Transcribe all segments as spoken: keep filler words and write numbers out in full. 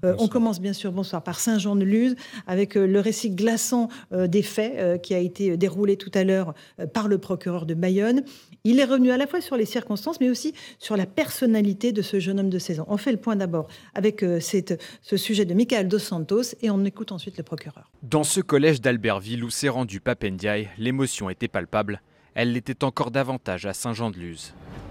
Euh, on commence bien sûr, bonsoir, par Saint-Jean-de-Luz, avec euh, le récit glaçant euh, des faits euh, qui a été déroulé tout à l'heure euh, par le procureur de Bayonne. Il est revenu à la fois sur les circonstances, mais aussi sur la personnalité de ce jeune homme de seize ans. On fait le point d'abord avec euh, cette, ce sujet de Michael Dos Santos et on écoute ensuite le procureur. Dans ce collège d'Albertville où s'est rendu Pape Ndiaye, l'émotion était palpable. Elle l'était encore davantage à Saint-Jean-de-Luz.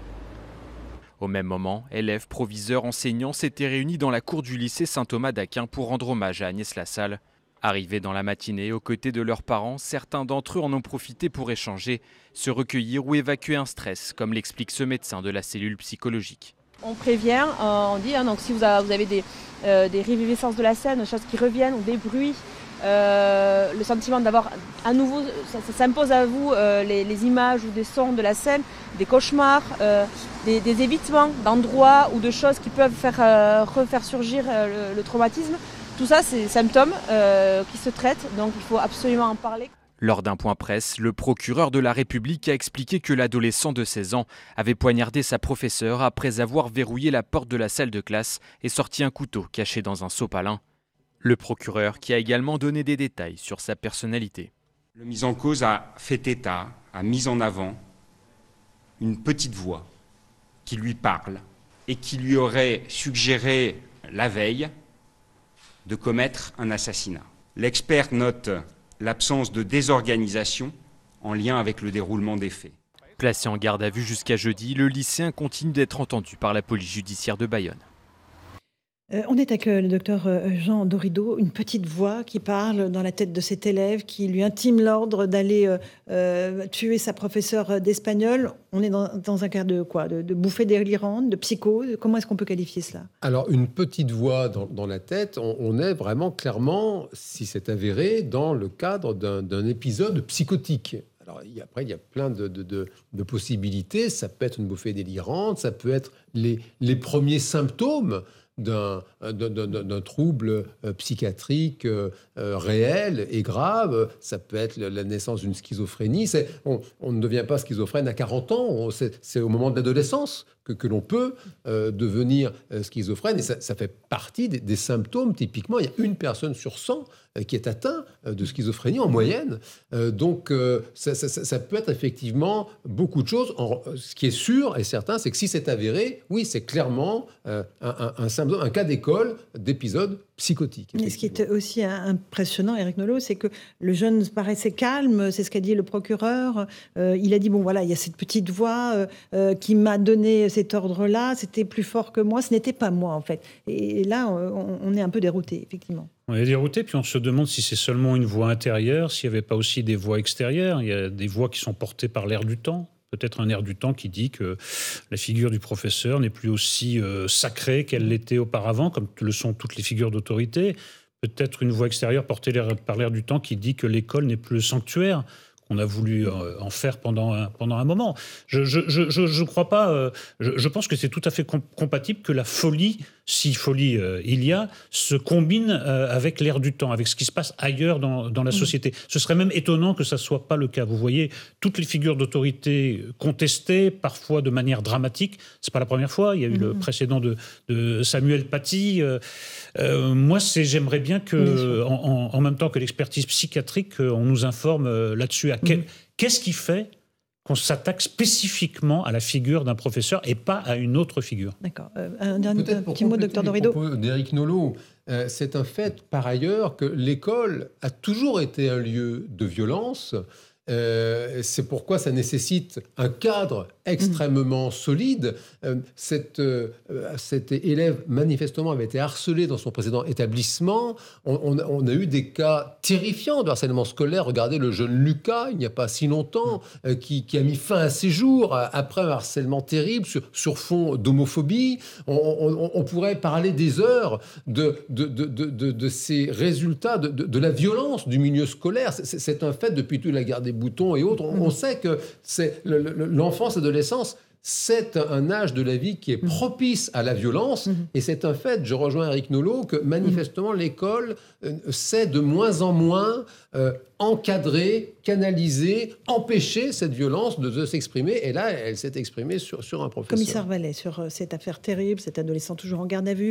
Au même moment, élèves, proviseurs, enseignants s'étaient réunis dans la cour du lycée Saint-Thomas d'Aquin pour rendre hommage à Agnès Lassalle. Arrivés dans la matinée aux côtés de leurs parents, certains d'entre eux en ont profité pour échanger, se recueillir ou évacuer un stress, comme l'explique ce médecin de la cellule psychologique. On prévient, euh, on dit, hein, donc si vous avez, vous avez des, euh, des réviviscences de la scène, des choses qui reviennent ou des bruits, euh, le sentiment d'avoir à nouveau, ça, ça s'impose à vous euh, les, les images ou des sons de la scène, des cauchemars, euh, des, des évitements d'endroits ou de choses qui peuvent faire, euh, refaire surgir euh, le, le traumatisme. Tout ça, c'est des symptômes euh, qui se traitent, donc il faut absolument en parler. Lors d'un point presse, le procureur de la République a expliqué que l'adolescent de seize ans avait poignardé sa professeure après avoir verrouillé la porte de la salle de classe et sorti un couteau caché dans un sopalin. Le procureur qui a également donné des détails sur sa personnalité. Le mis en cause a fait état, a mis en avant une petite voix qui lui parle et qui lui aurait suggéré la veille de commettre un assassinat. L'expert note l'absence de désorganisation en lien avec le déroulement des faits. Placé en garde à vue jusqu'à jeudi, le lycéen continue d'être entendu par la police judiciaire de Bayonne. Euh, on est avec euh, le docteur euh, Jean Dorido, une petite voix qui parle dans la tête de cet élève, qui lui intime l'ordre d'aller euh, euh, tuer sa professeure d'espagnol. On est dans, dans un cas de quoi, de, de bouffée délirante, de psychose. Comment est-ce qu'on peut qualifier cela ? Alors, une petite voix dans, dans la tête, on, on est vraiment clairement, si c'est avéré, dans le cadre d'un, d'un épisode psychotique. Alors, il y a, après, il y a plein de, de, de, de possibilités. Ça peut être une bouffée délirante, ça peut être les, les premiers symptômes d'un, d'un, d'un, d'un trouble euh, psychiatrique euh, euh, réel et grave. Ça peut être la naissance d'une schizophrénie. C'est, on, on ne devient pas schizophrène à quarante ans. On, c'est, c'est au moment de l'adolescence que, que l'on peut euh, devenir euh, schizophrène. Et ça, ça fait partie des, des symptômes. Typiquement, il y a une personne sur cent euh, qui est atteinte euh, de schizophrénie en moyenne. Euh, donc, euh, ça, ça, ça peut être effectivement beaucoup de choses. En, ce qui est sûr et certain, c'est que si c'est avéré, oui, c'est clairement euh, un, un, un symptôme, un cas d'école d'épisode psychotique. Mais ce qui est aussi impressionnant, Éric Nolot, c'est que le jeune paraissait calme, c'est ce qu'a dit le procureur. Euh, il a dit, bon voilà, il y a cette petite voix euh, euh, qui m'a donné cet ordre-là, c'était plus fort que moi, ce n'était pas moi en fait. Et, et là, on, on est un peu dérouté, effectivement. On est dérouté, puis on se demande si c'est seulement une voix intérieure, s'il n'y avait pas aussi des voix extérieures. Il y a des voix qui sont portées par l'air du temps. Peut-être un air du temps qui dit que la figure du professeur n'est plus aussi euh, sacrée qu'elle l'était auparavant, comme le sont toutes les figures d'autorité. Peut-être une voix extérieure portée par l'air du temps qui dit que l'école n'est plus le sanctuaire qu'on a voulu euh, en faire pendant un, pendant un moment. Je je, je, je, je crois pas... Euh, je, je pense que c'est tout à fait com- compatible que la folie, si folie euh, il y a, se combine euh, avec l'air du temps, avec ce qui se passe ailleurs dans, dans la société. Mmh. Ce serait même étonnant que ça ne soit pas le cas. Vous voyez, toutes les figures d'autorité contestées, parfois de manière dramatique. Ce n'est pas la première fois. Il y a eu mmh. le précédent de, de Samuel Paty. Euh, euh, moi, c'est, j'aimerais bien que, en, en, en même temps que l'expertise psychiatrique, on nous informe euh, là-dessus. À quel, mmh. Qu'est-ce qui fait qu'on s'attaque spécifiquement à la figure d'un professeur et pas à une autre figure. D'accord. Euh, un dernier petit mot, docteur Dorido. D'Éric Nolot, euh, c'est un fait par ailleurs que l'école a toujours été un lieu de violence. Euh, c'est pourquoi ça nécessite un cadre extrêmement mmh. solide. Euh, cette, euh, cet élève, manifestement, avait été harcelé dans son précédent établissement. On, on, on a eu des cas terrifiants de harcèlement scolaire. Regardez le jeune Lucas, il n'y a pas si longtemps, euh, qui, qui a mis fin à ses jours après un harcèlement terrible sur, sur fond d'homophobie. On, on, on pourrait parler des heures de, de, de, de, de, de ces résultats, de, de, de la violence du milieu scolaire. C'est, c'est un fait depuis toute la guerre des boutons et autres. On, on sait que c'est le, le, l'enfance et l'adolescence, c'est un âge de la vie qui est propice à la violence. Mm-hmm. Et c'est un fait, je rejoins Éric Nolot, que manifestement mm-hmm. l'école euh, sait de moins en moins euh, encadrer, canaliser, empêcher cette violence de, de s'exprimer. Et là, elle s'est exprimée sur, sur un professeur. Commissaire Vallet, sur cette affaire terrible, cet adolescent toujours en garde à vue,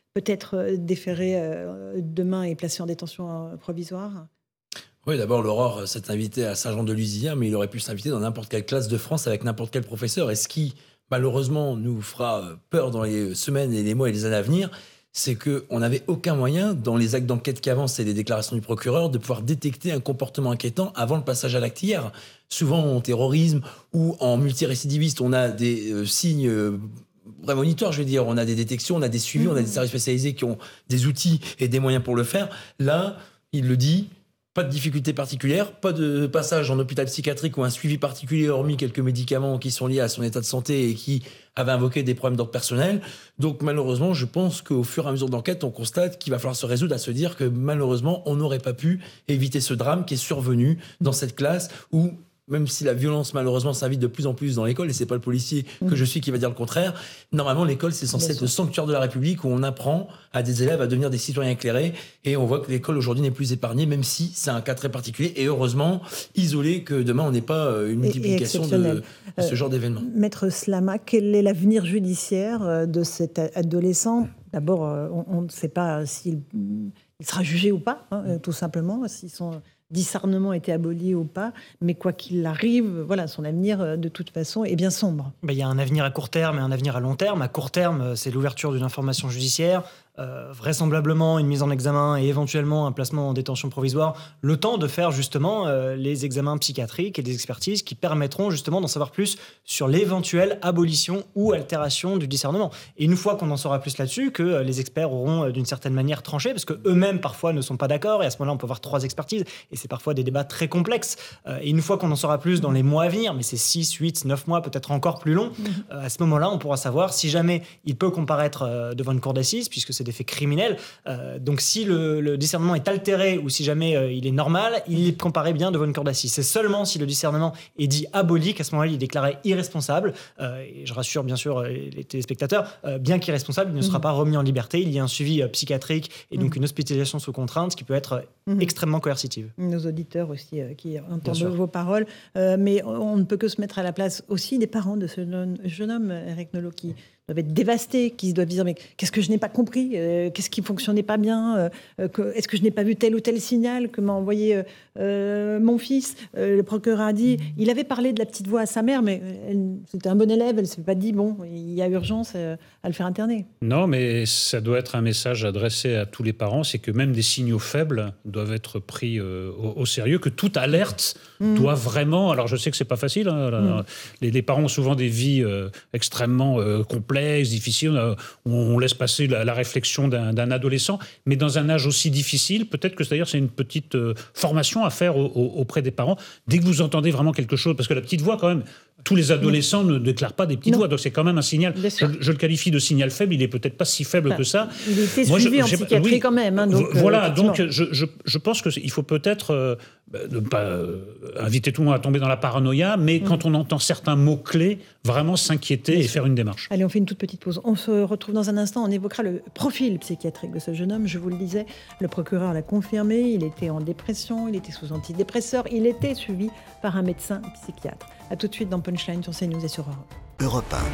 peut-être déféré demain et placé en détention provisoire? Oui, d'abord, Laurent s'est invité à Saint-Jean-de-Luz hier, mais il aurait pu s'inviter dans n'importe quelle classe de France avec n'importe quel professeur. Et ce qui, malheureusement, nous fera peur dans les semaines et les mois et les années à venir, c'est qu'on n'avait aucun moyen, dans les actes d'enquête qui avancent et les déclarations du procureur, de pouvoir détecter un comportement inquiétant avant le passage à l'acte hier. Souvent, en terrorisme ou en multirécidiviste, on a des euh, signes... Euh, prémonitoires, je veux dire, on a des détections, on a des suivis, mmh. on a des services spécialisés qui ont des outils et des moyens pour le faire. Là, il le dit, pas de difficulté particulière, pas de passage en hôpital psychiatrique ou un suivi particulier, hormis quelques médicaments qui sont liés à son état de santé et qui avaient invoqué des problèmes d'ordre personnel. Donc malheureusement, je pense qu'au fur et à mesure d'enquête, on constate qu'il va falloir se résoudre à se dire que malheureusement, on n'aurait pas pu éviter ce drame qui est survenu dans cette classe où, même si la violence, malheureusement, s'invite de plus en plus dans l'école, et c'est pas le policier que je suis qui va dire le contraire, normalement, l'école, c'est censé être le sanctuaire de la République où on apprend à des élèves à devenir des citoyens éclairés, et on voit que l'école, aujourd'hui, n'est plus épargnée, même si c'est un cas très particulier, et heureusement, isolé, que demain, on n'ait pas une multiplication de, de ce genre d'événements. Euh, Maître Slama, quel est l'avenir judiciaire de cet adolescent? D'abord, on ne sait pas s'il il sera jugé ou pas, hein, tout simplement, si son discernement était aboli ou pas, mais quoi qu'il arrive, voilà, son avenir, de toute façon, est bien sombre. Ben, il y a un avenir à court terme et un avenir à long terme. À court terme, c'est l'ouverture d'une information judiciaire, euh, vraisemblablement une mise en examen et éventuellement un placement en détention provisoire, le temps de faire justement euh, les examens psychiatriques et des expertises qui permettront justement d'en savoir plus sur l'éventuelle abolition ou altération du discernement. Et une fois qu'on en saura plus là-dessus, que euh, les experts auront euh, d'une certaine manière tranché, parce qu'eux-mêmes parfois ne sont pas d'accord, et à ce moment-là on peut avoir trois expertises, et c'est parfois des débats très complexes. Euh, et une fois qu'on en saura plus dans les mois à venir, mais c'est six, huit, neuf mois, peut-être encore plus long, euh, à ce moment-là on pourra savoir si jamais il peut comparaître euh, devant une cour d'assises, puisque c'est des faits criminels. Euh, donc si le, le discernement est altéré ou si jamais euh, il est normal, il est comparé bien devant une cour d'assises. C'est seulement si le discernement est dit aboli qu'à ce moment-là il est déclaré irresponsable. Euh, et je rassure bien sûr les téléspectateurs, euh, bien qu'irresponsable, il ne sera mmh. pas remis en liberté. Il y a un suivi euh, psychiatrique et donc mmh. une hospitalisation sous contrainte, ce qui peut être mmh. extrêmement coercitive. Nos auditeurs aussi euh, qui entendent vos paroles, euh, mais on ne peut que se mettre à la place aussi des parents de ce jeune homme, Eric Nolot, qui doivent être dévastés, qui doivent dire mais qu'est-ce que je n'ai pas compris, euh, qu'est-ce qui fonctionnait pas bien, euh, que, est-ce que je n'ai pas vu tel ou tel signal que m'a envoyé euh, euh, mon fils. Euh, le procureur a dit, il avait parlé de la petite voix à sa mère, mais elle, c'était un bon élève, elle s'est pas dit bon, il y a urgence euh, à le faire interner. Non, mais ça doit être un message adressé à tous les parents, c'est que même des signaux faibles doivent être pris euh, au, au sérieux, que toute alerte mmh. doit vraiment. Alors je sais que c'est pas facile. Hein, là, mmh. les, les parents ont souvent des vies euh, extrêmement euh, complexes, difficiles, euh, où on laisse passer la, la réflexion d'un, d'un adolescent, mais dans un âge aussi difficile, peut-être que d'ailleurs c'est une petite euh, formation à faire au, au, auprès des parents. Dès que vous entendez vraiment quelque chose, parce que la petite voix quand même, tous les adolescents non. ne déclarent pas des petites non. voix, donc c'est quand même un signal. Je, je le qualifie de signal faible, il est peut-être pas si faible enfin, que ça. Il était Moi, suivi je, en psychiatrie oui, quand même. Hein, donc, voilà, euh, donc je, je, je pense qu'il faut peut-être euh, ne pas euh, inviter tout le monde à tomber dans la paranoïa, mais mmh. quand on entend certains mots-clés, vraiment s'inquiéter Bien et sûr. faire une démarche. Allez, on fait une toute petite pause. On se retrouve dans un instant, on évoquera le profil psychiatrique de ce jeune homme. Je vous le disais, le procureur l'a confirmé, il était en dépression, il était sous antidépresseur, il était suivi par un médecin psychiatre. A tout de suite dans Punchline sur CNews et sur Europe. Europe un.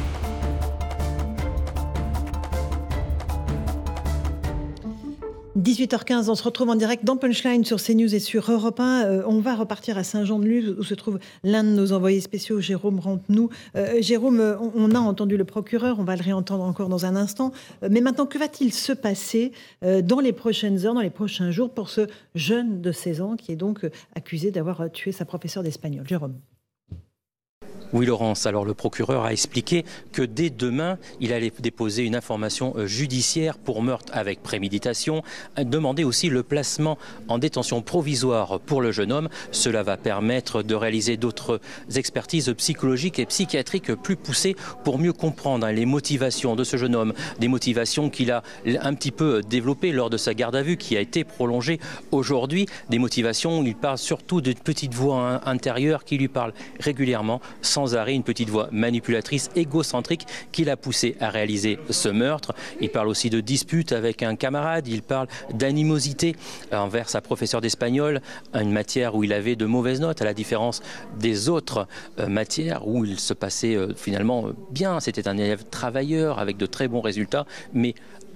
dix-huit heures quinze, on se retrouve en direct dans Punchline sur CNews et sur Europe un. Euh, on va repartir à Saint-Jean-de-Luz où se trouve l'un de nos envoyés spéciaux, Jérôme Rampenou. Euh, Jérôme, on, on a entendu le procureur, on va le réentendre encore dans un instant. Euh, mais maintenant, que va-t-il se passer euh, dans les prochaines heures, dans les prochains jours pour ce jeune de seize ans qui est donc euh, accusé d'avoir tué sa professeure d'espagnol? Jérôme. Oui, Laurence. Alors, le procureur a expliqué que dès demain, il allait déposer une information judiciaire pour meurtre avec préméditation, demander aussi le placement en détention provisoire pour le jeune homme. Cela va permettre de réaliser d'autres expertises psychologiques et psychiatriques plus poussées pour mieux comprendre les motivations de ce jeune homme, des motivations qu'il a un petit peu développées lors de sa garde à vue qui a été prolongée aujourd'hui, des motivations où il parle surtout d'une petite voix intérieure qui lui parle régulièrement, sans arrêt, une petite voix manipulatrice, égocentrique qui l'a poussé à réaliser ce meurtre. Il parle aussi de disputes avec un camarade, il parle d'animosité envers sa professeure d'espagnol, une matière où il avait de mauvaises notes, à la différence des autres matières où il se passait finalement bien. C'était un élève travailleur avec de très bons résultats, mais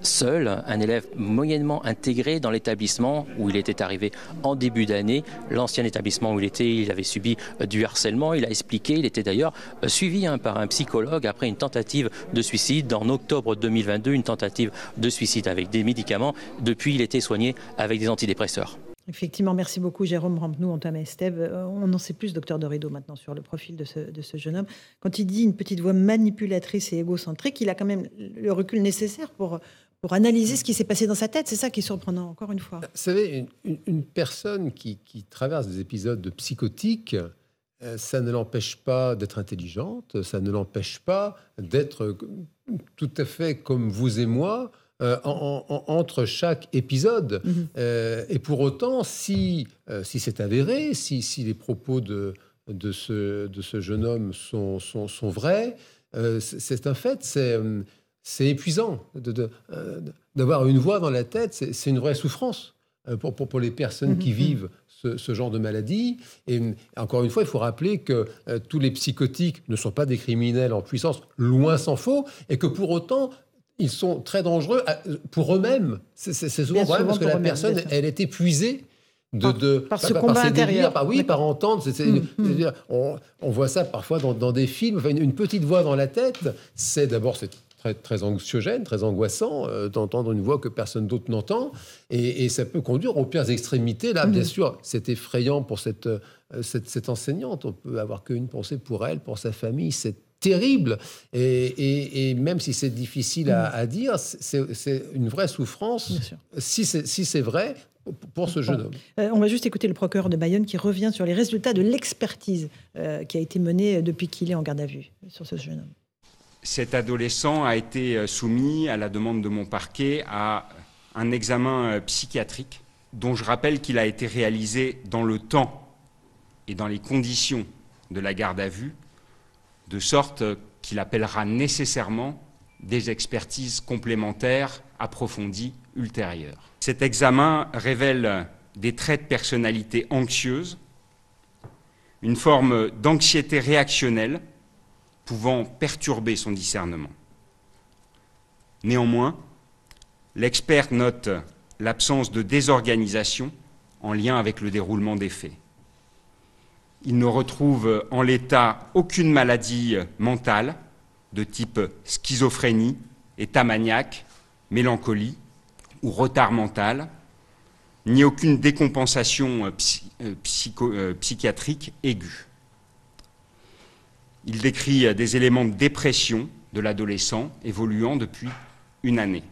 seul, un élève moyennement intégré dans l'établissement où il était arrivé en début d'année. L'ancien établissement où il était, il avait subi du harcèlement. Il a expliqué, il était d'ailleurs suivi hein, par un psychologue après une tentative de suicide en octobre deux mille vingt-deux, une tentative de suicide avec des médicaments. Depuis, il était soigné avec des antidépresseurs. Effectivement, merci beaucoup Jérôme Rampenou, Antoine Estève. On en sait plus, docteur Dorido, maintenant sur le profil de ce, de ce jeune homme. Quand il dit une petite voix manipulatrice et égocentrique, il a quand même le recul nécessaire pour, pour analyser ce qui s'est passé dans sa tête. C'est ça qui est surprenant, encore une fois. Vous savez, une, une personne qui, qui traverse des épisodes de psychotiques, euh, ça ne l'empêche pas d'être intelligente, ça ne l'empêche pas d'être tout à fait comme vous et moi, Euh, en, en, entre chaque épisode. Mmh. Euh, et pour autant, si, euh, si c'est avéré, si, si les propos de, de, ce, de ce jeune homme sont, sont, sont vrais, euh, c'est un fait, c'est, c'est épuisant. De, de, euh, d'avoir une voix dans la tête, c'est, c'est une vraie souffrance euh, pour, pour, pour les personnes mmh. qui vivent ce, ce genre de maladie. Et encore une fois, il faut rappeler que euh, tous les psychotiques ne sont pas des criminels en puissance, loin s'en faut, et que pour autant, ils sont très dangereux pour eux-mêmes. C'est, c'est, c'est souvent, souvent parce que la personne, elle est épuisée de, par, de, par ce par, combat par intérieur. Délires, par, oui, par entendre. C'est, c'est, mmh, c'est-à-dire, on, on voit ça parfois dans, dans des films. Enfin, une, une petite voix dans la tête, c'est d'abord c'est très, très anxiogène, très angoissant euh, d'entendre une voix que personne d'autre n'entend. Et, et ça peut conduire aux pires extrémités. Là, mmh. bien sûr, c'est effrayant pour cette, euh, cette, cette enseignante. On peut avoir qu'une pensée pour elle, pour sa famille. C'est terrible, et, et, et même si c'est difficile à, à dire, c'est, c'est une vraie souffrance, si c'est, si c'est vrai, pour ce jeune homme. Euh, on va juste écouter le procureur de Bayonne qui revient sur les résultats de l'expertise euh, qui a été menée depuis qu'il est en garde à vue sur ce jeune homme. Cet adolescent a été soumis, à la demande de mon parquet, à un examen psychiatrique dont je rappelle qu'il a été réalisé dans le temps et dans les conditions de la garde à vue, de sorte qu'il appellera nécessairement des expertises complémentaires approfondies ultérieures. Cet examen révèle des traits de personnalité anxieuse, une forme d'anxiété réactionnelle pouvant perturber son discernement. Néanmoins, l'expert note l'absence de désorganisation en lien avec le déroulement des faits. Il ne retrouve en l'état aucune maladie mentale de type schizophrénie, état maniaque, mélancolie ou retard mental, ni aucune décompensation psy, euh, psycho, euh, psychiatrique aiguë. Il décrit des éléments de dépression de l'adolescent évoluant depuis une année.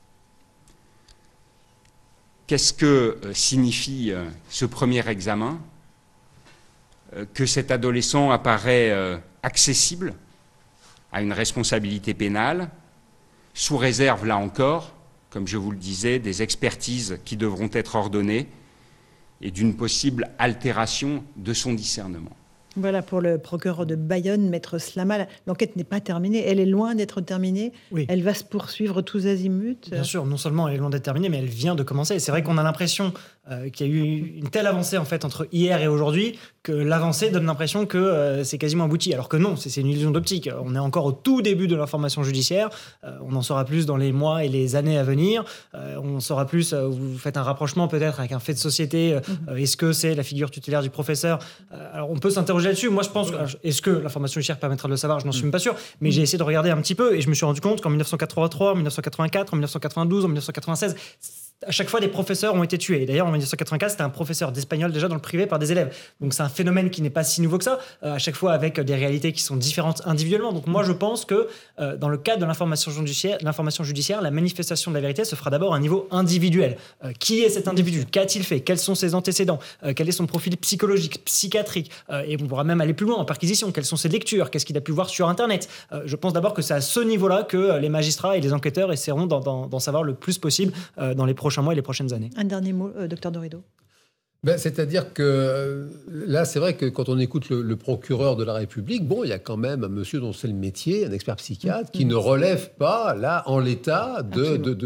Qu'est-ce que euh, signifie euh, ce premier examen ? Que cet adolescent apparaît euh, accessible à une responsabilité pénale, sous réserve, là encore, comme je vous le disais, des expertises qui devront être ordonnées et d'une possible altération de son discernement. Voilà pour le procureur de Bayonne, Maître Slama. L'enquête n'est pas terminée, elle est loin d'être terminée. Oui. Elle va se poursuivre tous azimuts. Bien sûr, non seulement elle est loin d'être terminée, mais elle vient de commencer. C'est vrai qu'on a l'impression euh, qu'il y a eu une telle avancée en fait entre hier et aujourd'hui que l'avancée donne l'impression que euh, c'est quasiment abouti. Alors que non, c'est, c'est une illusion d'optique. On est encore au tout début de l'information judiciaire. Euh, on en saura plus dans les mois et les années à venir. Euh, on saura plus. Euh, vous faites un rapprochement peut-être avec un fait de société. Euh, mmh. Est-ce que c'est la figure tutélaire du professeur ? euh, Alors on peut s'interroger là-dessus. Moi, je pense que, est-ce que l'information judiciaire permettra de le savoir ? Je n'en suis mmh. même pas sûr. Mais mmh. j'ai essayé de regarder un petit peu et je me suis rendu compte qu'en dix-neuf cent quatre-vingt-trois, en dix-neuf cent quatre-vingt-quatre, en dix-neuf cent quatre-vingt-douze, en dix-neuf cent quatre-vingt-seize, à chaque fois, des professeurs ont été tués. Et d'ailleurs, en dix-neuf cent quatre-vingt-quatre, c'était un professeur d'espagnol déjà dans le privé par des élèves. Donc, c'est un phénomène qui n'est pas si nouveau que ça, euh, à chaque fois avec des réalités qui sont différentes individuellement. Donc, moi, je pense que euh, dans le cadre de l'information judiciaire, l'information judiciaire, la manifestation de la vérité se fera d'abord à un niveau individuel. Euh, qui est cet individu ? Qu'a-t-il fait ? Quels sont ses antécédents ? euh, Quel est son profil psychologique, psychiatrique ? euh, Et on pourra même aller plus loin en perquisition. Quelles sont ses lectures ? Qu'est-ce qu'il a pu voir sur Internet ? euh, Je pense d'abord que c'est à ce niveau-là que les magistrats et les enquêteurs essaieront d'en, d'en, d'en savoir le plus possible euh, dans les prochains mois et les prochaines années. Un dernier mot, euh, docteur Dorido. Ben, c'est-à-dire que euh, là, c'est vrai que quand on écoute le, le procureur de la République, bon, il y a quand même un monsieur dont c'est le métier, un expert psychiatre, mmh. qui ne relève pas, là, en l'état, de, de, de, de, de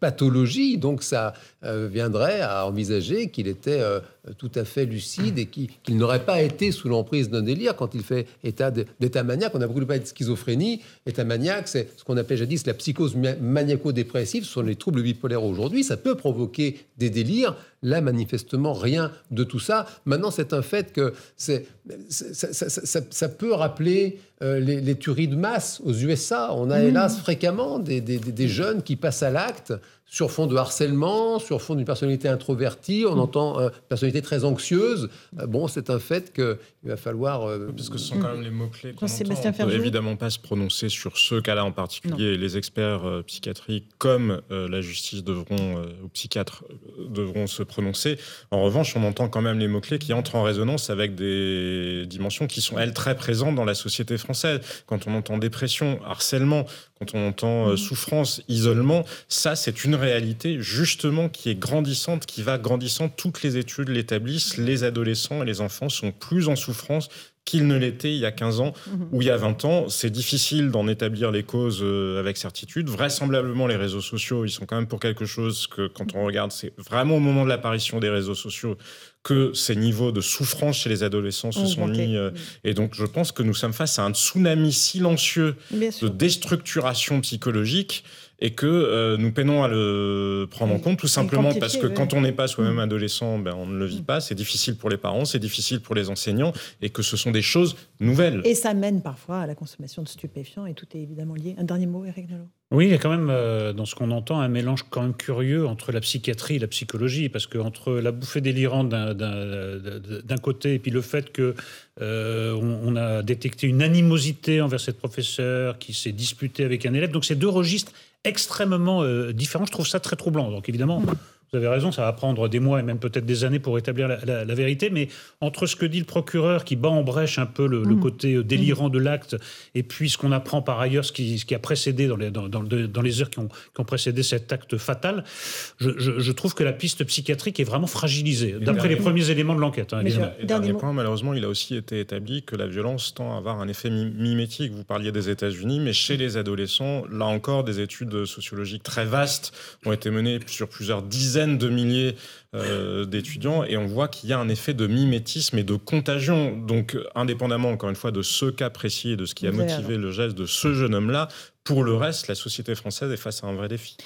pathologie, donc ça euh, viendrait à envisager qu'il était euh, tout à fait lucide et qu'il, qu'il n'aurait pas été sous l'emprise d'un délire quand il fait état de, d'état maniaque. On a beaucoup parlé de schizophrénie. État maniaque, c'est ce qu'on appelait jadis la psychose maniaco-dépressive. Ce sont les troubles bipolaires aujourd'hui. Ça peut provoquer des délires. Là, manifestement, rien de tout ça. Maintenant, c'est un fait que c'est, ça, ça, ça, ça peut rappeler euh, les, les tueries de masse aux U S A. On a mmh. hélas fréquemment des, des, des jeunes qui passent à l'acte sur fond de harcèlement, sur fond d'une personnalité introvertie. On mmh. entend euh, personnalité très anxieuse. Euh, bon, c'est un fait qu'il va falloir... Euh, Parce que ce sont quand même les mots-clés qu'on Jean-Sébastien entend. On ne peut évidemment pas se prononcer sur ce cas-là en particulier. Non. Les experts euh, psychiatriques comme euh, la justice devront, euh, ou psychiatres euh, devront se prononcer. En revanche, on entend quand même les mots-clés qui entrent en résonance avec des dimensions qui sont, elles, très présentes dans la société française. Quand on entend dépression, harcèlement, quand on entend euh, souffrance, isolement, ça, c'est une réalité, justement, qui est grandissante, qui va grandissant. Toutes les études l'établissent. Les adolescents et les enfants sont plus en souffrance qu'ils ne l'étaient il y a quinze ans mmh. ou il y a vingt ans. C'est difficile d'en établir les causes euh, avec certitude. Vraisemblablement, les réseaux sociaux, ils sont quand même pour quelque chose que, quand on regarde, c'est vraiment au moment de l'apparition des réseaux sociaux que ces niveaux de souffrance chez les adolescents se sont mis. Euh, et donc, je pense que nous sommes face à un tsunami silencieux de déstructuration psychologique et que euh, nous peinons à le prendre en compte, tout simplement parce que oui. quand on n'est pas soi-même adolescent, ben, on ne le vit pas. C'est difficile pour les parents, c'est difficile pour les enseignants, et que ce sont des choses nouvelles. Et ça mène parfois à la consommation de stupéfiants, et tout est évidemment lié. Un dernier mot, Éric Nolot ? Oui, il y a quand même, euh, dans ce qu'on entend, un mélange quand même curieux entre la psychiatrie et la psychologie, parce qu'entre la bouffée délirante d'un, d'un, d'un côté et puis le fait que euh, on, on a détecté une animosité envers cette professeure qui s'est disputée avec un élève, donc c'est deux registres extrêmement euh, différents. Je trouve ça très troublant. Donc évidemment... Mmh. Vous avez raison, ça va prendre des mois et même peut-être des années pour établir la, la, la vérité, mais entre ce que dit le procureur qui bat en brèche un peu le, mmh. le côté délirant mmh. de l'acte et puis ce qu'on apprend par ailleurs, ce qui, ce qui a précédé dans les, dans, dans, dans les heures qui ont, qui ont précédé cet acte fatal, je, je, je trouve que la piste psychiatrique est vraiment fragilisée, et d'après les mots. premiers éléments de l'enquête. Hein, et dernier point, malheureusement, il a aussi été établi que la violence tend à avoir un effet mimétique. Vous parliez des États-Unis, mais chez les adolescents, là encore, des études sociologiques très vastes ont été menées sur plusieurs dizaines de milliers euh, d'étudiants et on voit qu'il y a un effet de mimétisme et de contagion. Donc, indépendamment, encore une fois, de ce cas précis et de ce qui a motivé le geste de ce jeune homme-là, pour le reste, la société française est face à un vrai défi.